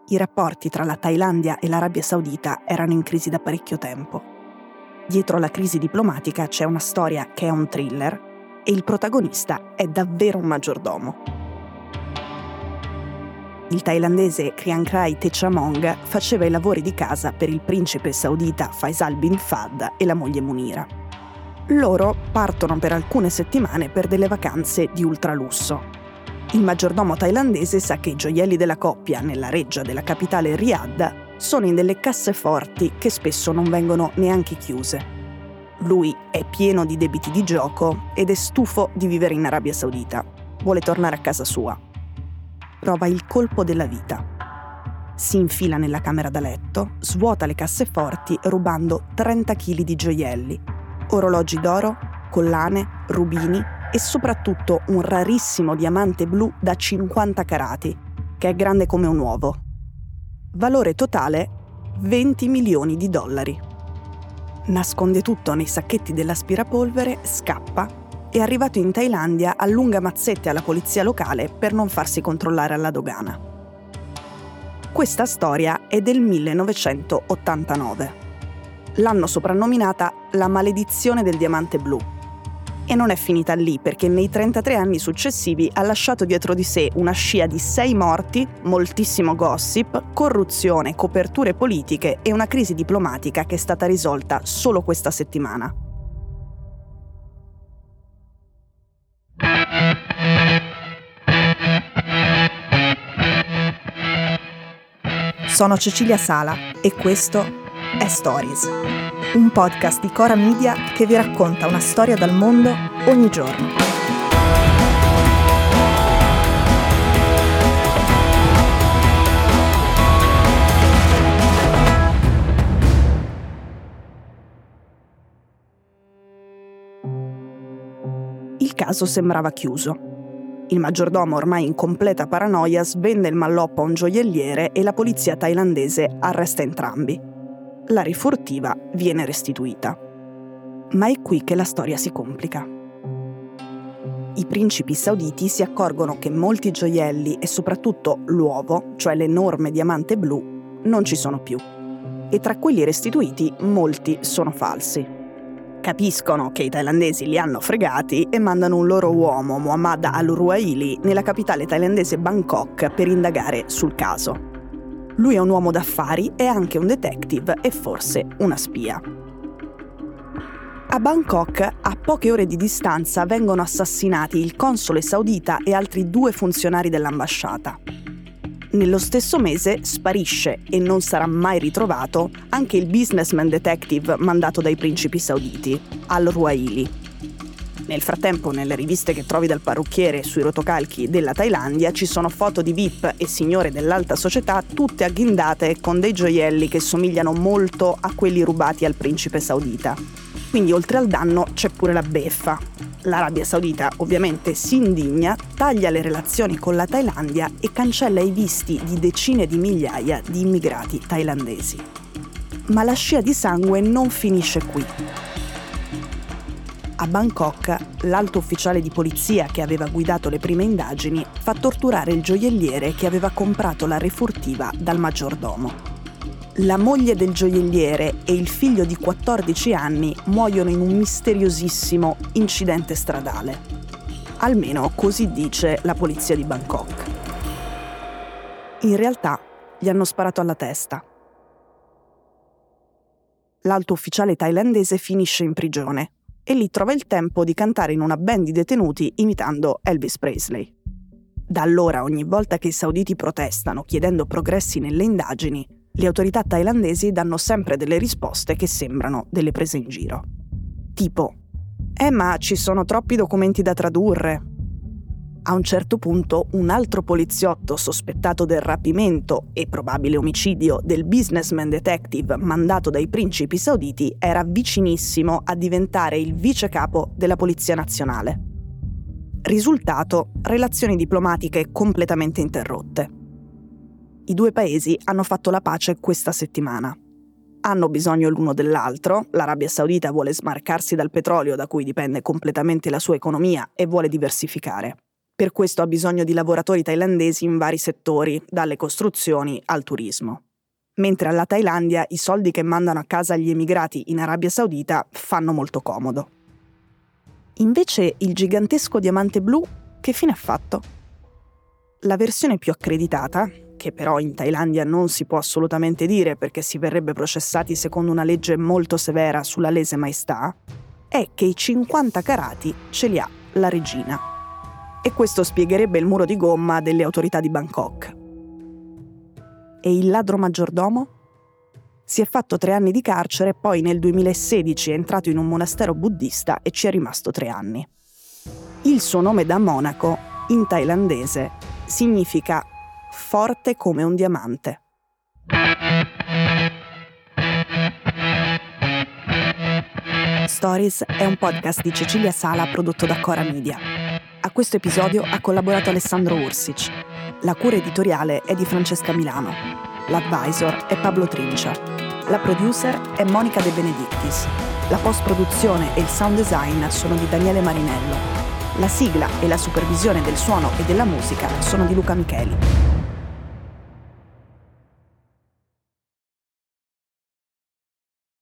I rapporti tra la Thailandia e l'Arabia Saudita erano in crisi da parecchio tempo. Dietro la crisi diplomatica c'è una storia che è un thriller e il protagonista è davvero un maggiordomo. Il thailandese Kriangkrai Techamong faceva i lavori di casa per il principe saudita Faisal bin Fahd e la moglie Munira. Loro partono per alcune settimane per delle vacanze di ultralusso. Il maggiordomo thailandese sa che i gioielli della coppia nella reggia della capitale Riyadh sono in delle casseforti che spesso non vengono neanche chiuse. Lui è pieno di debiti di gioco ed è stufo di vivere in Arabia Saudita. Vuole tornare a casa sua. Prova il colpo della vita. Si infila nella camera da letto, svuota le casseforti rubando 30 kg di gioielli, orologi d'oro, collane, rubini e soprattutto un rarissimo diamante blu da 50 carati, che è grande come un uovo. Valore totale $20 milioni. Nasconde tutto nei sacchetti dell'aspirapolvere, scappa e arrivato in Thailandia allunga mazzette alla polizia locale per non farsi controllare alla dogana. Questa storia è del 1989. L'hanno soprannominata la maledizione del diamante blu. E non è finita lì, perché nei 33 anni successivi ha lasciato dietro di sé una scia di 6 morti, moltissimo gossip, corruzione, coperture politiche e una crisi diplomatica che è stata risolta solo questa settimana. Sono Cecilia Sala e questo è Stories, un podcast di Cora Media che vi racconta una storia dal mondo ogni giorno. Il caso sembrava chiuso. Il maggiordomo, ormai in completa paranoia, svende il malloppo a un gioielliere e la polizia thailandese arresta entrambi. La rifurtiva viene restituita. Ma è qui che la storia si complica. I principi sauditi si accorgono che molti gioielli e soprattutto l'uovo, cioè l'enorme diamante blu, non ci sono più. E tra quelli restituiti molti sono falsi. Capiscono che i thailandesi li hanno fregati e mandano un loro uomo, Muhammad al-Ruwaili, nella capitale thailandese Bangkok per indagare sul caso. Lui è un uomo d'affari, è anche un detective e forse una spia. A Bangkok, a poche ore di distanza, vengono assassinati il console saudita e altri 2 funzionari dell'ambasciata. Nello stesso mese sparisce, e non sarà mai ritrovato, anche il businessman detective mandato dai principi sauditi, al-Ruwaili. Nel frattempo, nelle riviste che trovi dal parrucchiere sui rotocalchi della Thailandia ci sono foto di VIP e signore dell'alta società tutte agghindate con dei gioielli che somigliano molto a quelli rubati al principe saudita. Quindi oltre al danno c'è pure la beffa. L'Arabia Saudita ovviamente si indigna, taglia le relazioni con la Thailandia e cancella i visti di decine di migliaia di immigrati thailandesi. Ma la scia di sangue non finisce qui. A Bangkok, l'alto ufficiale di polizia che aveva guidato le prime indagini fa torturare il gioielliere che aveva comprato la refurtiva dal maggiordomo. La moglie del gioielliere e il figlio di 14 anni muoiono in un misteriosissimo incidente stradale. Almeno così dice la polizia di Bangkok. In realtà gli hanno sparato alla testa. L'alto ufficiale thailandese finisce in prigione e lì trova il tempo di cantare in una band di detenuti imitando Elvis Presley. Da allora, ogni volta che i sauditi protestano chiedendo progressi nelle indagini, le autorità thailandesi danno sempre delle risposte che sembrano delle prese in giro. Tipo, ma ci sono troppi documenti da tradurre. A un certo punto, un altro poliziotto sospettato del rapimento e probabile omicidio del businessman detective mandato dai principi sauditi era vicinissimo a diventare il vice capo della Polizia Nazionale. Risultato, relazioni diplomatiche completamente interrotte. I 2 paesi hanno fatto la pace questa settimana. Hanno bisogno l'uno dell'altro, l'Arabia Saudita vuole smarcarsi dal petrolio da cui dipende completamente la sua economia e vuole diversificare. Per questo ha bisogno di lavoratori thailandesi in vari settori, dalle costruzioni al turismo. Mentre alla Thailandia i soldi che mandano a casa gli emigrati in Arabia Saudita fanno molto comodo. Invece il gigantesco diamante blu che fine ha fatto? La versione più accreditata, che però in Thailandia non si può assolutamente dire perché si verrebbe processati secondo una legge molto severa sulla lese maestà, è che i 50 carati ce li ha la regina. E questo spiegherebbe il muro di gomma delle autorità di Bangkok. E il ladro maggiordomo? Si è fatto 3 anni di carcere, poi nel 2016 è entrato in un monastero buddista e ci è rimasto 3 anni. Il suo nome da monaco, in thailandese, significa forte come un diamante. Stories è un podcast di Cecilia Sala prodotto da Cora Media. A questo episodio ha collaborato Alessandro Ursic. La cura editoriale è di Francesca Milano. L'advisor è Pablo Trincia. La producer è Monica De Benedictis. La post-produzione e il sound design sono di Daniele Marinello. La sigla e la supervisione del suono e della musica sono di Luca Micheli.